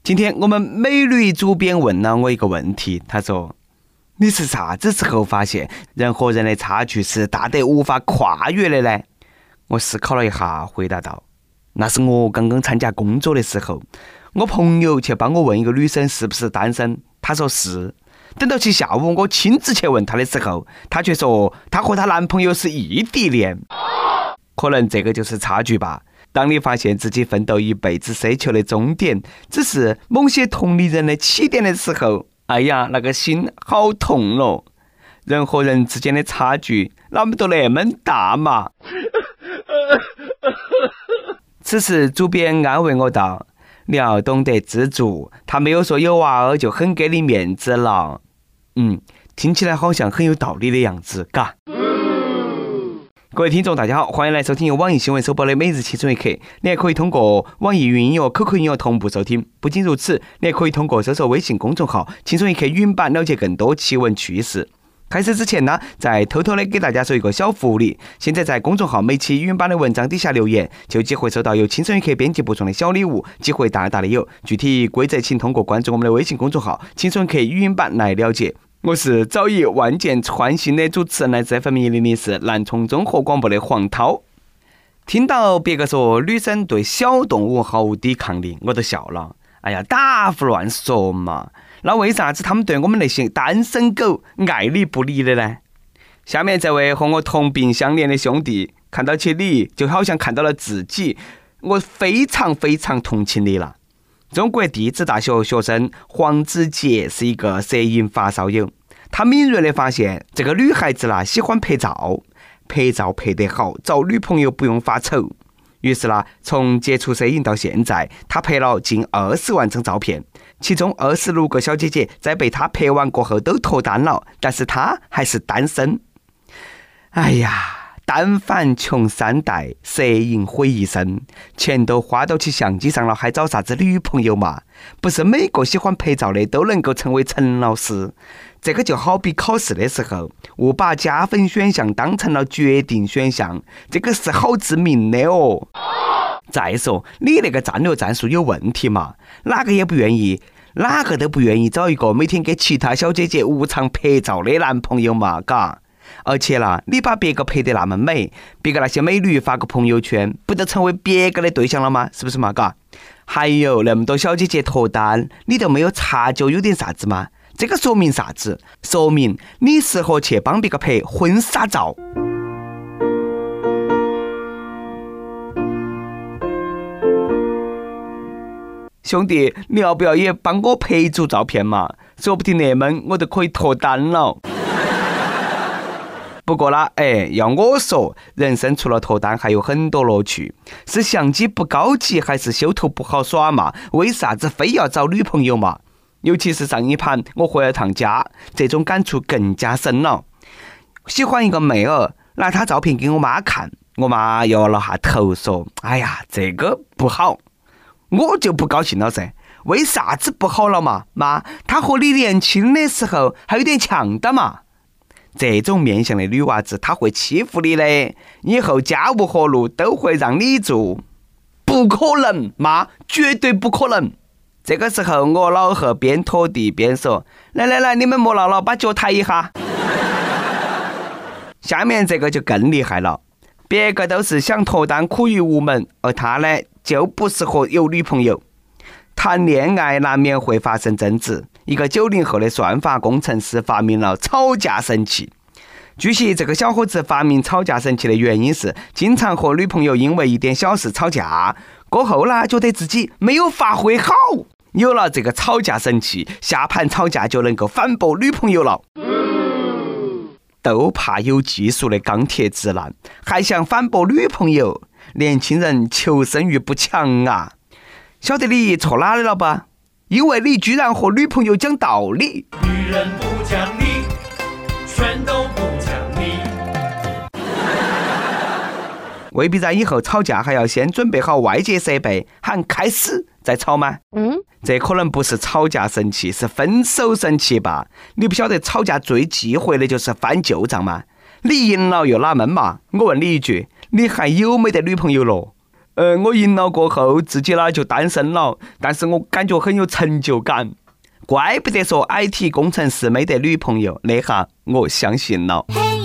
今天我们美女主编问了我一个问题，她说：“你是啥子时候发现人和人的差距是大得无法跨越的呢？”我思考了一下，回答道：“那是我刚刚参加工作的时候，我朋友去帮我问一个女生是不是单身，她说是。等到其下午我亲自去问她的时候，她却说她和她男朋友是异地恋。可能这个就是差距吧。当你发现自己奋斗一辈子奢求的终点只是某些同龄人的起点的时候，哎呀，那个心好痛咯。人和人之间的差距那么都那么大嘛。”此时主编安慰我道：“你要懂得知足，他没有说有娃儿就很给你面子了。”听起来好像很有道理的样子，嘎。各位听众大家好，欢迎来收听由网易新闻首播的每日轻松一刻。你还可以通过网易云音乐、QQ 音乐同步收听。不仅如此，你还可以通过搜索微信公众号轻松一刻语音版了解更多奇闻趣事。开始之前呢，再偷偷的给大家说一个小福利，现在在公众号每期语音版的文章底下留言，就有机会收到由轻松一刻编辑部送的小礼物，机会大大的有。具体规则请通过关注我们的微信公众号轻松一刻语音版来了解。我是早已万箭穿心的主持人，来自 FM104南充综合广播的黄涛。听到别个说女生对小动物毫无抵抗力，我都笑了。哎呀，打胡乱说嘛！那为啥子他们对我们那些单身狗爱理不理的呢？下面这位和我同病相怜的兄弟，看到起你就好像看到了自己，我非常非常同情你了。中国地质大学学生黄子杰是一个摄影发烧友，他敏锐地发现这个女孩子啦喜欢拍照，拍照拍得好，找女朋友不用发愁。于是啦，从接触摄影到现在，他拍了近20万张照片，其中26个小姐姐在被他拍完过后都脱单了，但是他还是单身。哎呀，单反穷3代，摄影毁一生，钱都花到起相机上了，还找啥子女朋友嘛？不是每个喜欢拍照的都能够成为陈老师。这个就好比考试的时候，误把加分选项当成了决定选项，这个是好致命的哦。再说你那个战略战术有问题嘛？哪个都不愿意找一个每天给其他小姐姐无偿拍照的男朋友嘛，嘎。而且啦，你把别个拍得那么美，别个那些美女发个朋友圈，不都成为别个的对象了吗？是不是嘛，嘎？还有那么多小姐姐脱单，你都没有察觉有点啥子吗？这个说明啥子？说明你适合去帮别个拍婚纱照。兄弟，你要不要也帮我拍一组照片嘛？说不定那门我都可以脱单了。不过啦，要我说，人生除了脱单还有很多乐趣。是相机不高级，还是修图不好耍嘛？为啥子非要找女朋友嘛？尤其是上一盘我回了趟家，这种感触更加深了。喜欢一个妹儿，拿她照片给我妈看，我妈摇了下头说：“哎呀，这个不好。”我就不高兴了噻，为啥子不好了嘛？妈，她和你年轻的时候还有点像的嘛。这种面相的女娃子，她会欺负你的，以后家务活路都会让你做。不可能，妈，绝对不可能。这个时候，我老贺边拖地边说：“来，你们莫闹了，把脚抬一下。”下面这个就更厉害了，别个都是想脱单苦于无门，而他呢，就不适合有女朋友。谈恋爱难免会发生争执，一个90后的算法工程师发明了吵架神器。据悉，这个小伙子发明吵架神器的原因是，经常和女朋友因为一点小事吵架，过后呢，觉得自己没有发挥好。有了这个吵架神器，下盘吵架就能够反驳女朋友了。都怕有技术的钢铁直男，还想反驳女朋友，年轻人求生欲不强啊！晓得你错哪里了吧？因为你居然和女朋友讲道理。 女人不讲理，全都不讲理。 未必在以后吵架还要先准备好外界设备，喊开始再吵吗？这可能不是吵架神器，是分手神器吧？你不晓得吵架最忌讳的就是翻旧账吗？你赢了又哪门嘛？我问你一句，你还有没得女朋友了？ 我赢了过后，自己就单身了，但是我感觉很有成就感。怪不得说 IT 工程师没得女朋友，那下我相信了。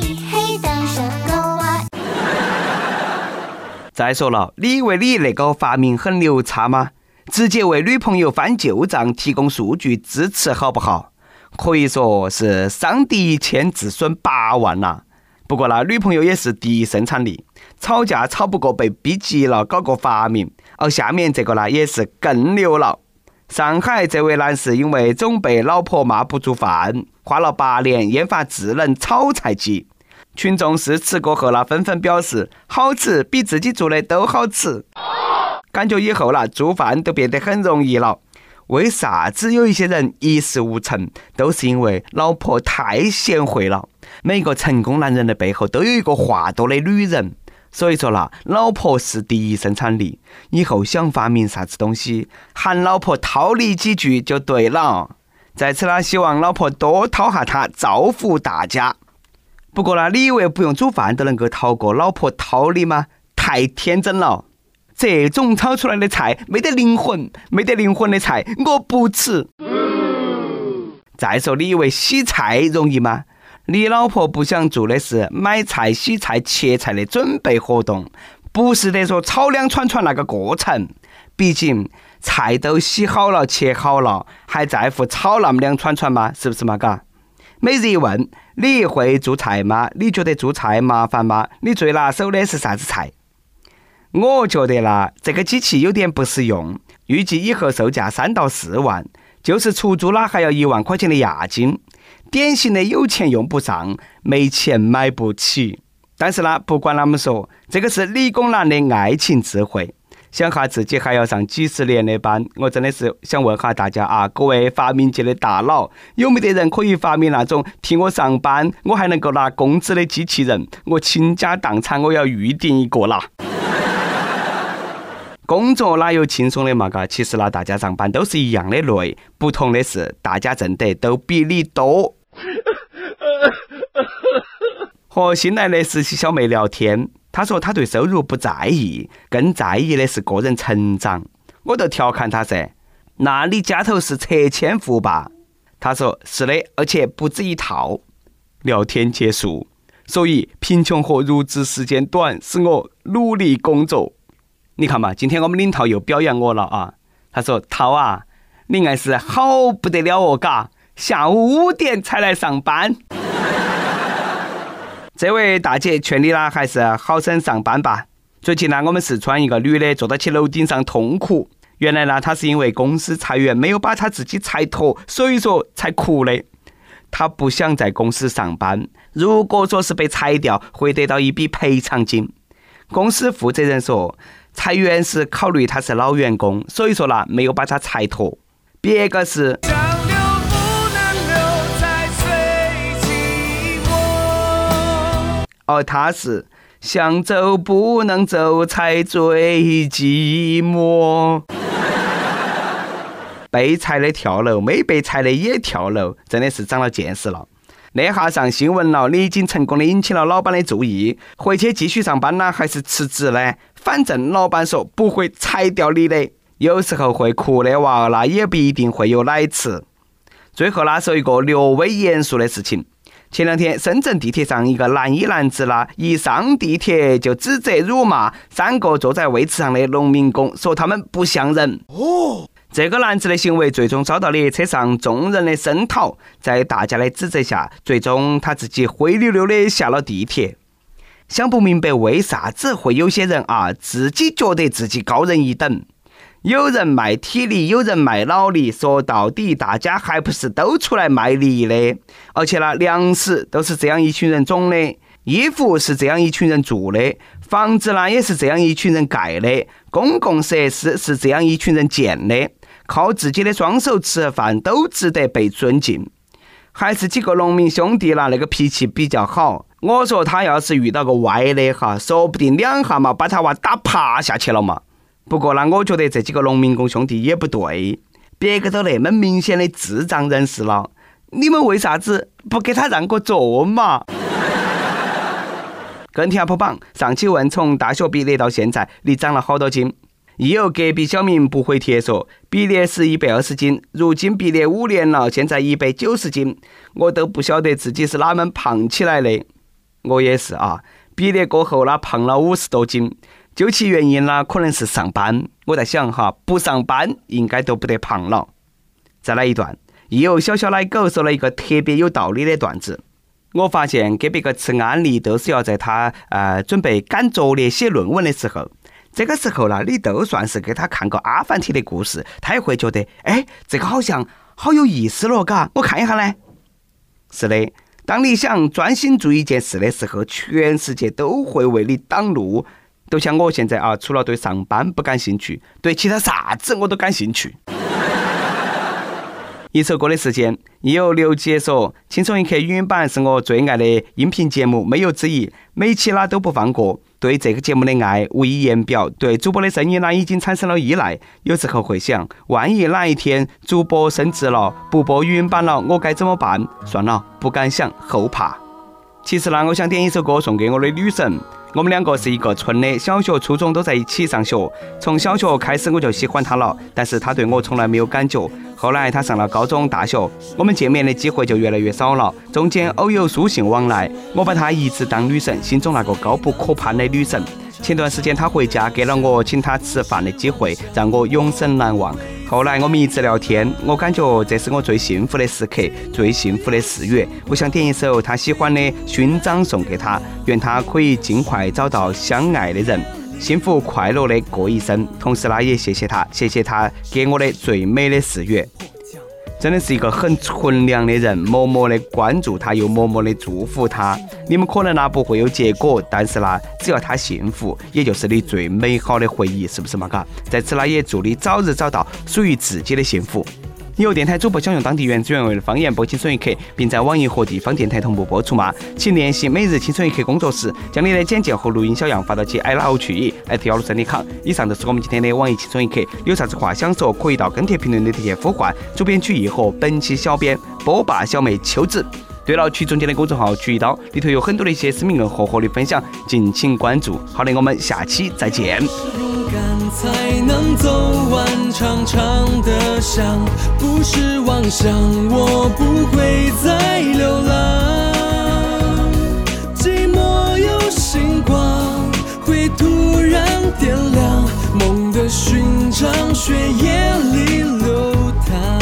再说了，你以为你那个发明很牛叉吗？直接为女朋友翻旧账提供数据支持好不好？可以说是伤敌1,000自损8万呐。不过女朋友也是第一生产力，吵架吵不过被逼急了搞个发明。下面这个也是更牛了。上海这位男士因为总被老婆骂不做饭，花了8年研发智能炒菜机。群众试吃过后纷纷表示好吃，比自己做的都好吃。感觉以后做饭都变得很容易了。为啥子有一些人一事无成，都是因为老婆太贤惠了。每个成功男人的背后都有一个话多的女人，所以说老婆是第一生产力。以后想发明啥子东西，喊老婆掏你几句就对了。在此希望老婆多掏下他，造福大家。不过你以为不用煮饭都能够逃过老婆掏你吗？太天真了。这种炒出来的菜没得灵魂，没得灵魂的菜我不吃。再说你以为洗菜容易吗？你老婆不想做的是买菜、洗菜、切菜的准备活动，不是得说炒两串串那个过程。毕竟菜都洗好了、切好了，还在乎炒那么2串串吗？是不是嘛？嘎？每日一问，你会做菜吗？你觉得做菜麻烦吗？你最拿手的是啥子菜？我觉得这个机器有点不实用，预计以后售价3到4万，就是出租还要1万块钱的押金。典型的有钱用不上，没钱买不起。但是不管那么说，这个是理工男的爱情智慧。想下自己还要上几10年的班，我真的是想问下大家各位发明界的大佬，有没得人可以发明那种替我上班我还能够拿工资的机器人？我倾家荡产，我要预定一个啦。工作哪有轻松的嘛？其实大家上班都是一样的累，不同的是大家挣得都比你多。和新来的实习小妹聊天，她说她对收入不在意，更在意的是个人成长。我就调侃她噻，那你家头是车千户吧？她说是的，而且不止一套。聊天结束。所以贫穷和入职时间短，使我努力工作。你看嘛，今天我们领导又表扬我了他说涛你硬是好不得了嘎，下午5点才来上班。这位大姐劝你还是好生上班吧。最近我们四川一个女的坐到起楼顶上痛哭，原来她是因为公司裁员没有把她自己裁脱，所以说才哭的。她不想在公司上班，如果说是被裁掉，会得到一笔赔偿金。公司负责人说，裁员是考虑她是老员工，所以说没有把她裁脱。别个是想留不能留，才最寂寞，而她是想走不能走，才最寂寞。被裁的跳楼，没被裁的也跳楼，真的是长了见识了。那下上新闻了，你已经成功的引起了老板的注意，回去继续上班呢，还是辞职呢？反正老板说不会裁掉你的。有时候会哭的娃那也不一定会有奶吃。最后说一个略微严肃的事情。前2天深圳地铁上一个蓝衣男子一上地铁就指责辱骂3个坐在位置上的农民工，说他们不像人。这个男子的行为最终遭到列车上众人的声讨，在大家的指责下，最终他自己灰溜溜的下了地铁。想不明白为啥子会有些人自己觉得自己高人一等。有人卖体力，有人卖脑力，说到底大家还不是都出来卖力的。而且粮食都是这样一群人种的，衣服是这样一群人做的，房子也是这样一群人盖的，公共设施是这样一群人建的。靠自己的双手吃饭都值得被尊敬。还是几个农民兄弟那个脾气比较好，我说他要是遇到个歪的说不定2下把他打趴下去了嘛。不过我觉得这几个农民工兄弟也不对，别个都那么明显的智障人士了，你们为啥子不给他让个座嘛？ 跟帖破榜。上期问从大学毕业到现在你长了好多斤？亦有隔壁小明不回帖说，毕业时120斤，如今毕业5年了，现在190斤，我都不晓得自己是哪门胖起来的。我也是啊，毕业过后呢，胖了50多斤。究其原因呢，可能是上班。我在想哈，不上班应该都不得胖了。再来一段，亦有小小奶狗说了一个特别有道理的段子。我发现给别个吃安利都是要在他准备赶作业写论文的时候，这个时候呢，你都算是给他看个阿凡提的故事，他也会觉得，哎，这个好像好有意思了，嘎，我看一下呢。是的，当你想专心做一件事的时候，全世界都会为你挡路。就像我现在啊，除了对上班不感兴趣，对其他啥子我都感兴趣。一首歌的时间，亦有刘杰说，轻松一刻语音版是我最爱的音频节目，没有之一，每期都不放过。对这个节目的爱无以言表，对主播的声音已经产生了依赖。有时候会想，万一哪一天主播升职了，不播语音版了，我该怎么办？算了，不敢想，后怕。其实我想点一首歌送给我的女神。我们两个是一个村的，小学、初中都在一起上学。从小学开始我就喜欢她了，但是她对我从来没有感觉。后来她上了高中、大学，我们见面的机会就越来越少了，中间偶有书信往来。我把她一直当女神，心中那个高不可攀的女神。前段时间她回家，给了我请她吃饭的机会，让我永生难忘。后来我们一直聊天，我感觉这是我最幸福的时刻，最幸福的4月。我想点一首她喜欢的《勋章》送给她，愿她可以尽快找到相爱的人，幸福快乐的过一生。同时也谢谢她，谢谢她给我的最美的4月。真的是一个很纯良的人，默默的关注他，又默默的祝福他。你们可能不会有结果，但是只要他幸福，也就是你最美好的回忆，是不是嘛？嘎，在此也祝你早日找到属于自己的幸福。有电台主播想用当地原汁原味的方言播轻松一刻，并在网易和地方电台同步播出吗？请联系每日轻松一刻工作室，将你的简介和录音小样发到其 ilao.163.com。以上就是我们今天的网易轻松一刻，有啥子话想说，可以到跟帖评论里提前呼唤主编曲艺和本期小编波霸小妹秋子。对了，曲总监的公众号曲一刀里头有很多的一些私密跟活的分享，敬请关注。好的，我们下期再见。 才能走完长长的巷，不是妄想，我不会再流浪。寂寞有星光，会突然点亮梦的勋章，血液里流淌。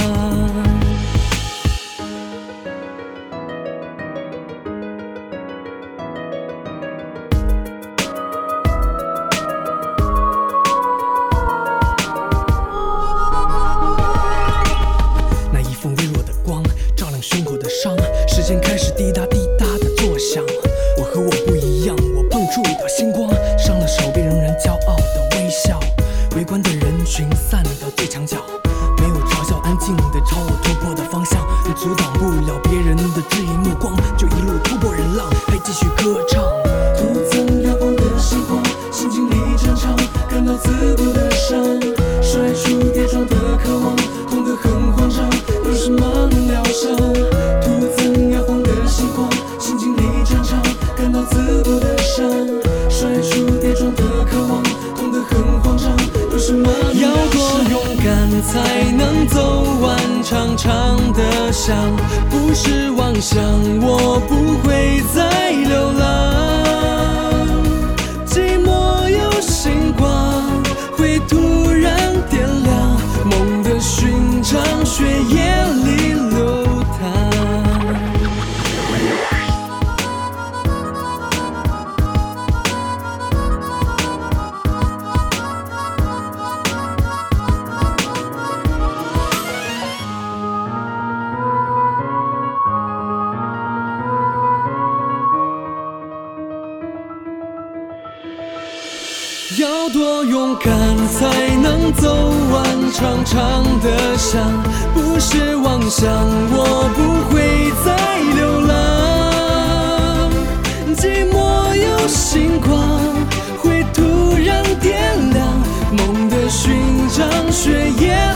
时间开始滴答滴答的作响，我和我不一样，我碰触到星光，伤了手臂仍然骄傲的微笑，围观的人群散到最墙角，没有嘲笑，安静的朝我突破的方向，你阻挡不了别人的质疑目光，就一路突破人浪，还继续歌唱。徒增摇晃的星光，心经历战场，感到自顾的伤，甩出跌撞的渴望，痛得很慌张，有什么能疗伤？感到自顾的伤，甩出跌撞的渴望，痛得很慌张，有什么要多勇敢才能走完长长的巷，不是妄想，我不会再流浪。寂寞有星光，会突然点亮梦的勋章，血液里流淌。要多勇敢才能走完长长的巷，不是妄想，我不会再流浪。寂寞有星光，会突然点亮梦的勋章，血液